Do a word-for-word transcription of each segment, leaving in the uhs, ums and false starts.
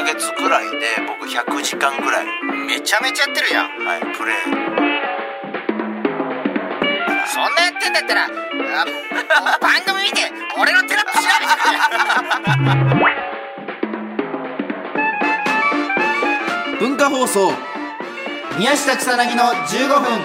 げつぐらいで僕ひゃくじかんぐらいめちゃめちゃやってるやん。 はいプレイ。 そんなやってんだったらあ番組見て俺のテロップ調べてくれ。 文化放送宮下草薙のじゅうごふん。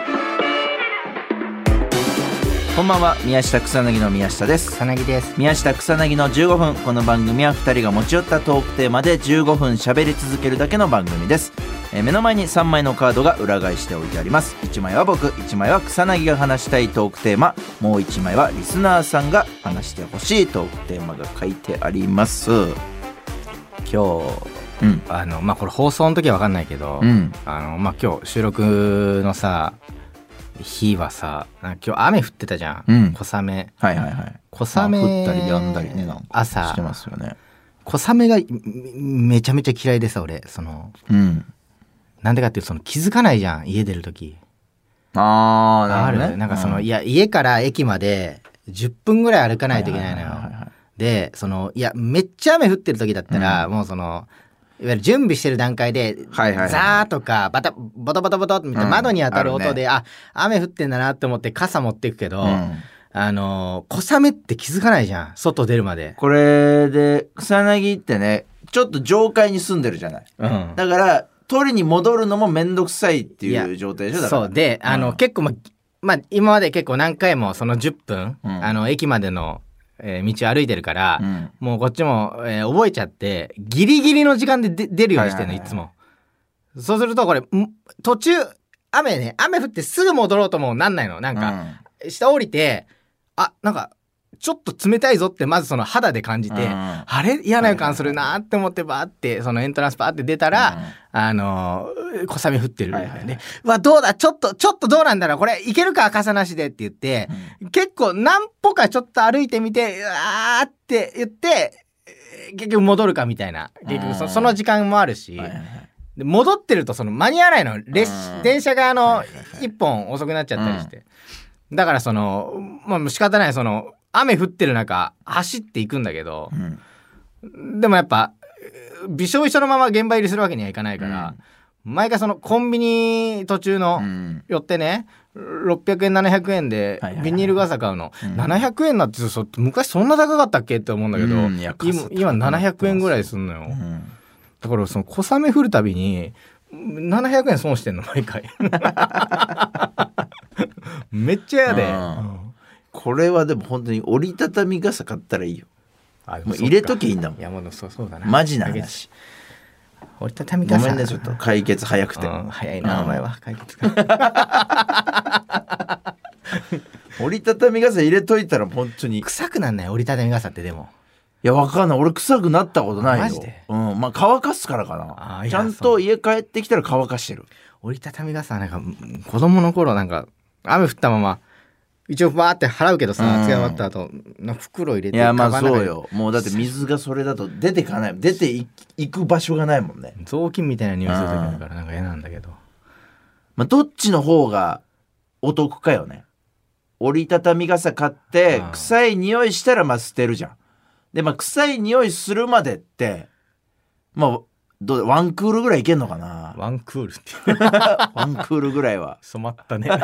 こんばんは、宮下草薙の宮下です。 草薙です。 宮下草薙のじゅうごふん。この番組はふたりが持ち寄ったトークテーマでじゅうごふん喋り続けるだけの番組です。えー、目の前にさんまいのカードが裏返しておいてあります。いちまいは僕、いちまいは草薙が話したいトークテーマ、もういちまいはリスナーさんが話してほしいトークテーマが書いてあります。 今日、うん、あのまあこれ放送の時は分かんないけど、うん、あのまあ今日収録のさ日はさ、今日雨降ってたじゃん、うん、小雨。はいはいはい。小雨、まあ、降ったりやんだりね、なんか朝してますよね。小雨がめちゃめちゃ嫌いでさ、俺その、うん、なんでかっていうとその気づかないじゃん、家出る時。あーなるほどね。なんかその、うん、いや家から駅までじゅっぷんぐらい歩かないといけないのよ。でそのいやめっちゃ雨降ってる時だったら、うん、もうそのいわゆる準備してる段階で、はいはいはい、ザーとかバタボトボトボトみたいな窓に当たる音で、うん、あ, あ雨降ってんだなって思って傘持っていくけど、うん、あのー、小雨って気づかないじゃん、外出るまで。これで草薙ってねちょっと上階に住んでるじゃない、うん、だから取りに戻るのもめんどくさいっていう状態でしょ。だからそうで、あの、うん、結構ま、まあ今まで結構何回もそのじゅっぷん、うん、あの駅までのえー、道を歩いてるから、うん、もうこっちも、えー、覚えちゃってギリギリの時間でで出るようにしてるの、はいはいはい、いつも。そうするとこれ途中雨ね雨降ってすぐ戻ろうともなんないの。なんか、うん、下降りてあなんかちょっと冷たいぞってまずその肌で感じて、うん、あれ嫌な予感するなって思ってバーってそのエントランスバーって出たら、うん、あのー、小雨降ってる、はいはいはい、でうわどうだちょっとちょっとどうなんだろうこれいけるか傘なしでって言って、うん、結構何歩かちょっと歩いてみてうわーって言って結局戻るかみたいな、結局 そ, その時間もあるし、はいはいはい、で戻ってるとその間に合わないの、列電車があの、はいはいはい、いっぽん遅くなっちゃったりして、うん、だからそのまあ仕方ない、その雨降ってる中走っていくんだけど、うん、でもやっぱびしょびしょのまま現場入りするわけにはいかないから、うん、毎回そのコンビニ途中の寄ってね、うん、ろっぴゃくえんななひゃくえんでビニール傘買うの、はいはいはい、ななひゃくえんなってそ昔そんな高かったっけって思うんだけど、うん、今, 今ななひゃくえんぐらいすんのよ、うん、だからその小雨降るたびにななひゃくえん損してんの毎回めっちゃ嫌で、うんこれはでも本当に折りたたみ傘買ったらいいよ。あもう入れときゃいいんだもん。いやもうそうそうだな。マジな話。折りたたみ傘。ごめんねちょっと解決早くて。うん、早いな、うん、お前は解決が。折りたたみ傘入れといたら本当に臭くなんない折りたたみ傘ってでも。いやわかんない、俺臭くなったことないよ。マジで。うんまあ乾かすからかな。ちゃんと家帰ってきたら乾かしてる。折りたたみ傘なんか子供の頃なんか雨降ったまま。一応バーって払うけどさ、使い終わった後な袋入れて、いやまあそうよ、もうだって水がそれだと出てかない、出ていく場所がないもんね。雑巾みたいな匂いする時あるからなんか嫌なんだけど、まあどっちの方がお得かよね。折りたたみ傘買って臭い匂いしたらまあ捨てるじゃん。でまあ臭い匂いするまでってまあどうワンクールぐらいいけんのかな。ワンクールってワンクールぐらいは染まったね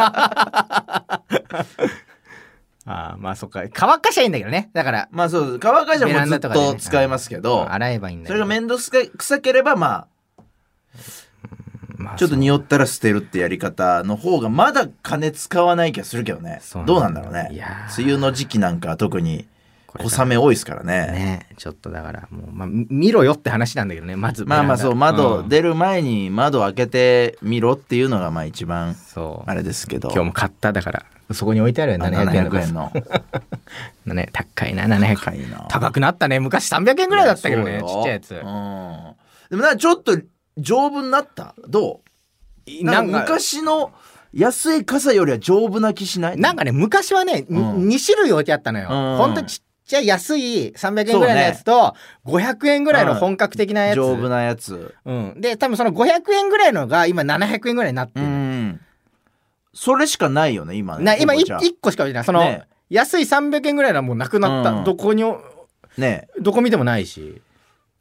あまあそっか乾かしゃいいんだけどね。だからまあそう乾かしゃもずっと使えますけど、ね、洗えばいいんだけどそれがめんどくさければまあ、まあ、ちょっと匂ったら捨てるってやり方の方がまだ金使わない気がするけどね。どうなんだろうね。いや梅雨の時期なんか特に小雨多いですからね。ねちょっとだからもう、まあ、見ろよって話なんだけどね。まずまあまあそう窓出る前に窓開けて見ろっていうのがまあ一番あれですけど、今日も買っただからそこに置いてあるよななひゃくえんのね高いなななひゃくえん高くなったね。昔さんびゃくえんぐらいだったけどねちっちゃいやつ、うん、でもなんかちょっと丈夫になった。どうなんか昔の安い傘よりは丈夫な気しない？なんかね昔はね、うん、に種類置いてあったのよ、うん、ほんとちっちゃい安いさんびゃくえんぐらいのやつと、ね、ごひゃくえんぐらいの本格的なやつ、うん、丈夫なやつ、うん、で多分そのごひゃくえんぐらいのが今ななひゃくえんぐらいになってる、うん、それしかないよね今ね。な今いっこしか置いてない。その、ね、安いさんびゃくえんぐらいのはもうなくなった、うん、どこにねどこ見てもないし、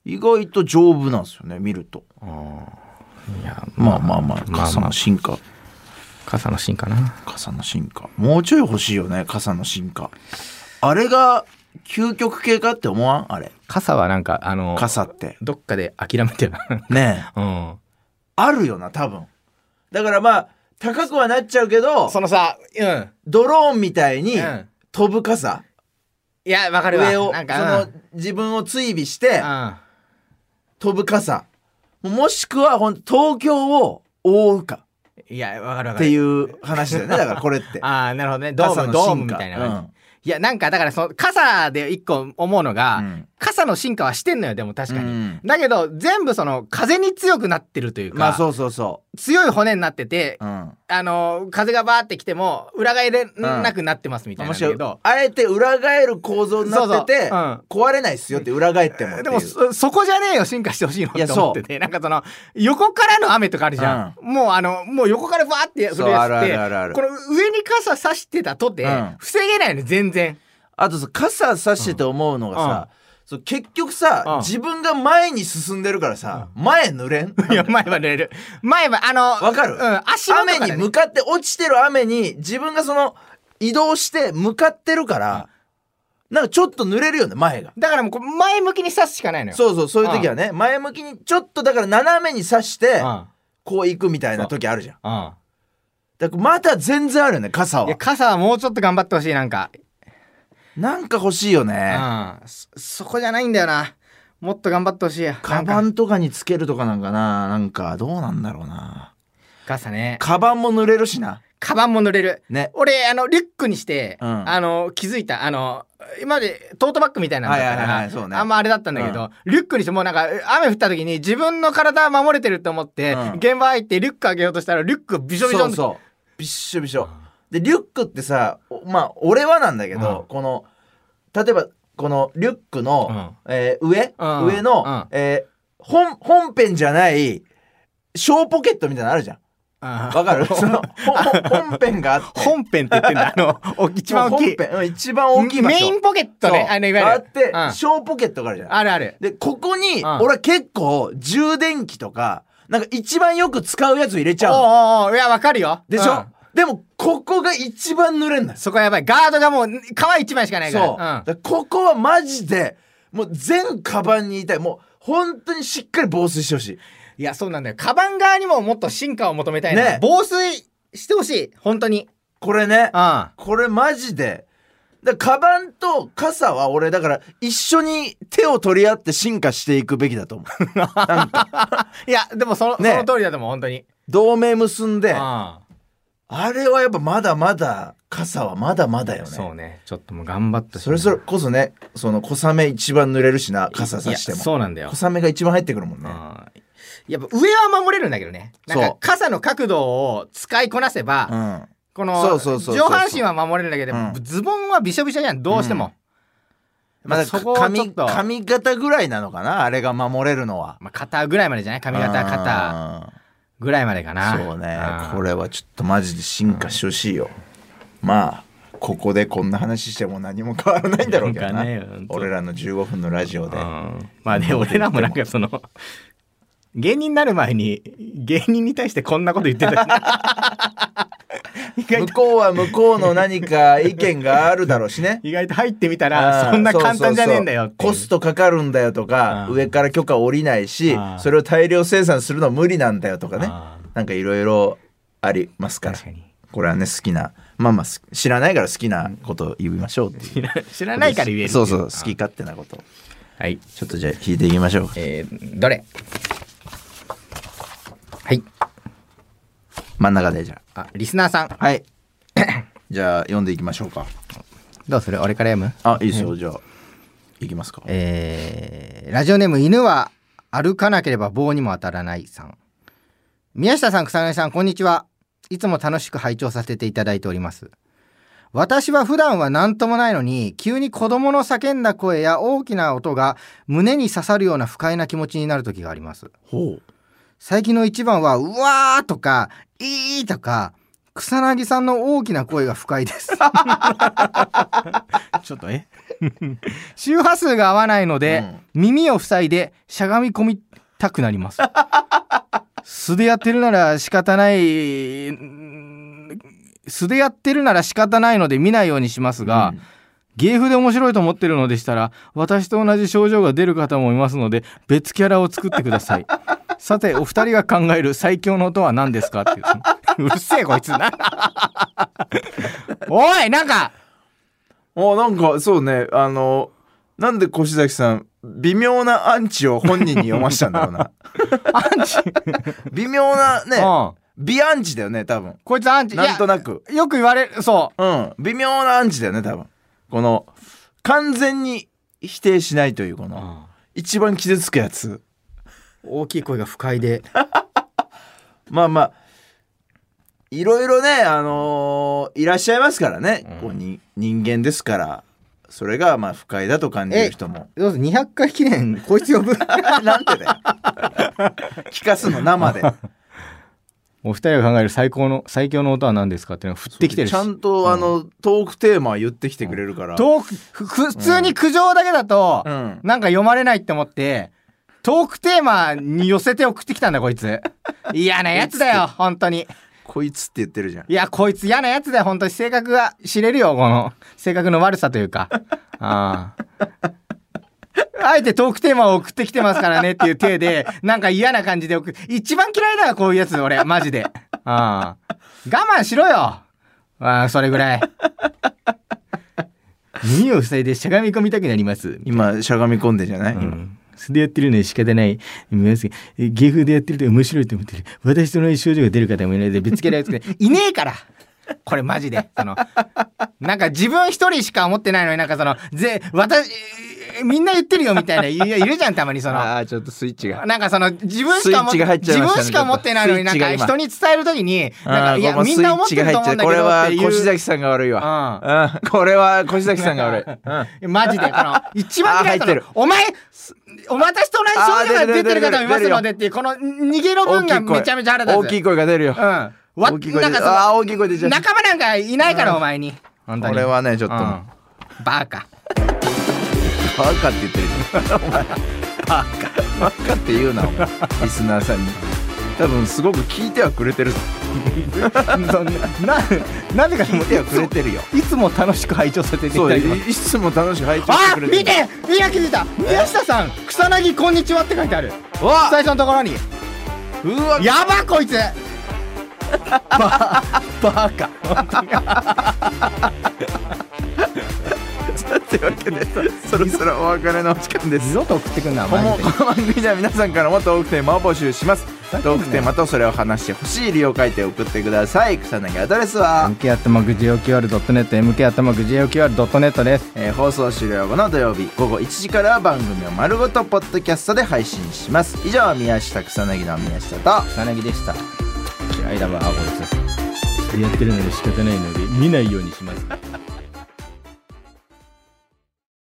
意外と丈夫なんですよね見ると。 あいやまあまあまあ傘の進化、まあまあ、傘の進化な。 傘の進化もうちょい欲しいよね。傘の進化あれが究極系かって思わん？あれ傘はなんかあの傘ってどっかで諦めてるねえ、うん、あるよな多分。だからまあ高くはなっちゃうけどそのさ、うん、 ドローンみたいに飛ぶ傘、 うん、いやわかるわ。 上をなんか、 その、うん、自分を追尾して、うん、飛ぶ傘もしくはほん東京を覆うか。 いやわかるわかるっていう話だよね。だからこれってああなるほどね。ドームドームみたいな感じ、うん、いやなんかだからその傘で一個思うのが、うん、傘の進化はしてんのよ。でも確かに、うん、だけど全部その風に強くなってるというか、 まあそうそうそう強い骨になってて、うん、あの風がバーってきても裏返れなくなってますみたいなんだけど、うん、 あえて裏返る構造になってて、そうそう、うん、壊れないっすよって裏返ってもっていう。 でも そ, そこじゃねえよ進化してほしいのって思ってて、なんかその横からの雨とかあるじゃん、うん、もうあのもう横からバーって降るやつってこの上に傘差してたとて、うん、防げないの全然。 あとさ傘差してて思うのがさ、うん、そう結局さ、うん、自分が前に進んでるからさ、うん、前濡れんいや前は濡れる。前はあのわかる、うん、 足元からね、 雨に向かって落ちてる雨に自分がその移動して向かってるから、うん、なんかちょっと濡れるよね前が。 だからもうこう前向きに刺すしかないのよ。 そうそうそういう時はね、うん、前向きにちょっとだから斜めに刺して、うん、こう行くみたいな時あるじゃん、うん、だからまだ全然あるよね傘は。 いや傘はもうちょっと頑張ってほしい。なんかなんか欲しいよね、 うん、そ, そこじゃないんだよな。もっと頑張ってほしい。 カバンとかにつけるとかなんかな。なんかどうなんだろうな。 傘ね。 カバンも濡れるしな。 カバンも濡れるね。 俺あのリュックにして、うん、あの気づいたあの今までトートバッグみたいなのだったから、はいはいはいそうね、あんまあれだったんだけど、うん、リュックにしてもうなんか雨降った時に自分の体は守れてると思って、うん、現場入ってリュックあげようとしたらリュックびしょびしょ。 そうそうびっしょびしょ、うん、でリュックってさまあ俺はなんだけど、うん、この例えばこのリュックの、うんえー、上、うん、上の、うんえー、本, 本編じゃない小ポケットみたいなのあるじゃん。わかるその本編があって本編って言ってんだあの一番大きい本編一番大きい場所メインポケットねあのいわゆるあって、うん、小ポケットがあるじゃん。 あるある。 でここに、うん、俺は結構充電器とかなんか一番よく使うやつ入れちゃうの。 おうおういやわかるよでしょ、うんでもここが一番濡れんだよ。 そこはやばい。ガードがもう皮一枚しかないから。 そう、うん、だからここはマジでもう全カバンにいたい。もう本当にしっかり防水してほしい。 いやそうなんだよ。カバン側にももっと進化を求めたいな、ね、防水してほしい本当にこれね、うん、これマジでだカバンと傘は俺だから一緒に手を取り合って進化していくべきだと思うなんかいやでもその、ね、その通りだと思う本当に。 同盟結んで、うんあれはやっぱまだまだ傘はまだまだよね。 そうねちょっともう頑張ってそれそれこそねその小雨一番濡れるしな傘さしても。 そうなんだよ。 小雨が一番入ってくるもんね。 やっぱ上は守れるんだけどね。なんか傘の角度を使いこなせば、うん、この上半身は守れるんだけど、うん、ズボンはびしょびしょじゃんどうしても、 うん、まだそこ髪髪型ぐらいなのかなあれが守れるのは。 まあ、肩ぐらいまでじゃない髪型肩ぐらいまでかな。 そうねこれはちょっとマジで進化してほしいよ、うん、まあここでこんな話しても何も変わらないんだろうけどな、ね、俺らのじゅうごふんのラジオで、うん、 まあね俺らもなんかその芸人になる前に芸人に対してこんなこと言ってた向こうは向こうの何か意見があるだろうしね意外と入ってみたらそんな簡単じゃねえんだよってコストかかるんだよとか上から許可下りないしそれを大量生産するのは無理なんだよとかねなんかいろいろありますから確かにこれはね好きなまあまあ知らないから好きなことを言いましょうっていう知らないから言えるそうそう好き勝手なことはいちょっとじゃあ弾いていきましょう。 えー、どれはい真ん中でじゃああリスナーさんはいじゃあ読んでいきましょうか。 どうする俺から読むあいいですよ、うん、じゃあいきますか。 えー、ラジオネーム犬は歩かなければ棒にも当たらないさん。宮下さん草薙さんこんにちは。いつも楽しく拝聴させていただいております。私は普段は何ともないのに急に子供の叫んだ声や大きな音が胸に刺さるような不快な気持ちになる時があります。 ほう。 最近の一番はうわーとかいーとか草薙さんの大きな声が不快ですちょっとえ周波数が合わないので、うん、耳を塞いでしゃがみ込みたくなります素でやってるなら仕方ない素でやってるなら仕方ないので見ないようにしますが、うん、芸風で面白いと思ってるのでしたら私と同じ症状が出る方もいますので別キャラを作ってくださいさてお二人が考える最強の音は何ですかってうるせえこいつなおいなんかおなんかそうねあのなんで越崎さん微妙なアンチを本人に読ましたんだろうなアンチ微妙なね、うん、微アンチだよね多分こいつアンチなんとなくよく言われるそううん微妙なアンチだよね多分この完全に否定しないというこの、うん、一番傷つくやつ大きい声が不快でまあまあいろいろねあのー、いらっしゃいますからね、うん、こうに人間ですからそれがまあ不快だと感じる人もどうぞにひゃっかい記念こいつ呼ぶなんでだよ聞かすの生でお二人が考える最高の最強の音は何ですかっていうのを振ってきてるしちゃんとあの、うん、トークテーマは言ってきてくれるから、 トークふ普通に苦情だけだと、うん、なんか読まれないって思ってトークテーマに寄せて送ってきたんだこいつ嫌なやつだよ本当にこいつって言ってるじゃん。 いやこいつ嫌なやつだよ本当に性格が知れるよこの性格の悪さというかああえてトークテーマを送ってきてますからねっていう体でなんか嫌な感じで送一番嫌いだよこういうやつ俺マジであ我慢しろよあそれぐらい耳を塞いでしゃがみ込みたくなります今しゃがみ込んでんじゃない、うん素でやってるのに仕方ない芸風でやってると面白いと思ってる私と同じ症状が出る方もいないのでぶつけられていねえからこれマジでそのなんか自分一人しか思ってないのになんかそのぜ私みんな言ってるよみたいないるじゃんたまにそのあちょっとスイッチがなんかその自分しかも、ね、自分しか持ってないのになんか人に伝えるときになんかいやみんな思ってると思うんだけどこれは越崎さんが悪いわ、うんうん、これは越崎さんが悪い、 うん、マジでこの一番嫌いなのお前お私と同じ症状が出てる方もいますのでっていうこの逃げの分がめちゃめちゃ腹立つ大きい声が出るよ、うん、 わ大きい声なんかあ大きい声出ちゃう仲間なんかいないから、うん、お前に本当にこれはねちょっと、うん、 バカバカって言ってるじゃんお前バカバカって言うなお前リスナーさんに多分すごく聞いてはくれてるぞな, な, なんでか聞いてはくれてるよいつも楽しく拝聴させていただいてますいつも楽しく拝聴してくれてるあ見てみんな気づいた宮下さん草薙こんにちはって書いてある最初のところにうわやばこいつバ, バカというわけでそろそろお別れのお時間です。 二度と送ってくんなこの番組では皆さんからもトークテーマを募集します。トークテーマとそれを話してほしい理由を書いて送ってください。草薙アドレスはエムケー アットマーク ジェイオーキューアール ドットネット エムケー アットマーク ジェイオーキューアール ドットネット です、 えー、放送終了後の土曜日午後いちじからは番組を丸ごとポッドキャストで配信します。以上宮下草薙の宮下と草薙でした。嫌いだわこいつやってるので仕方ないので見ないようにします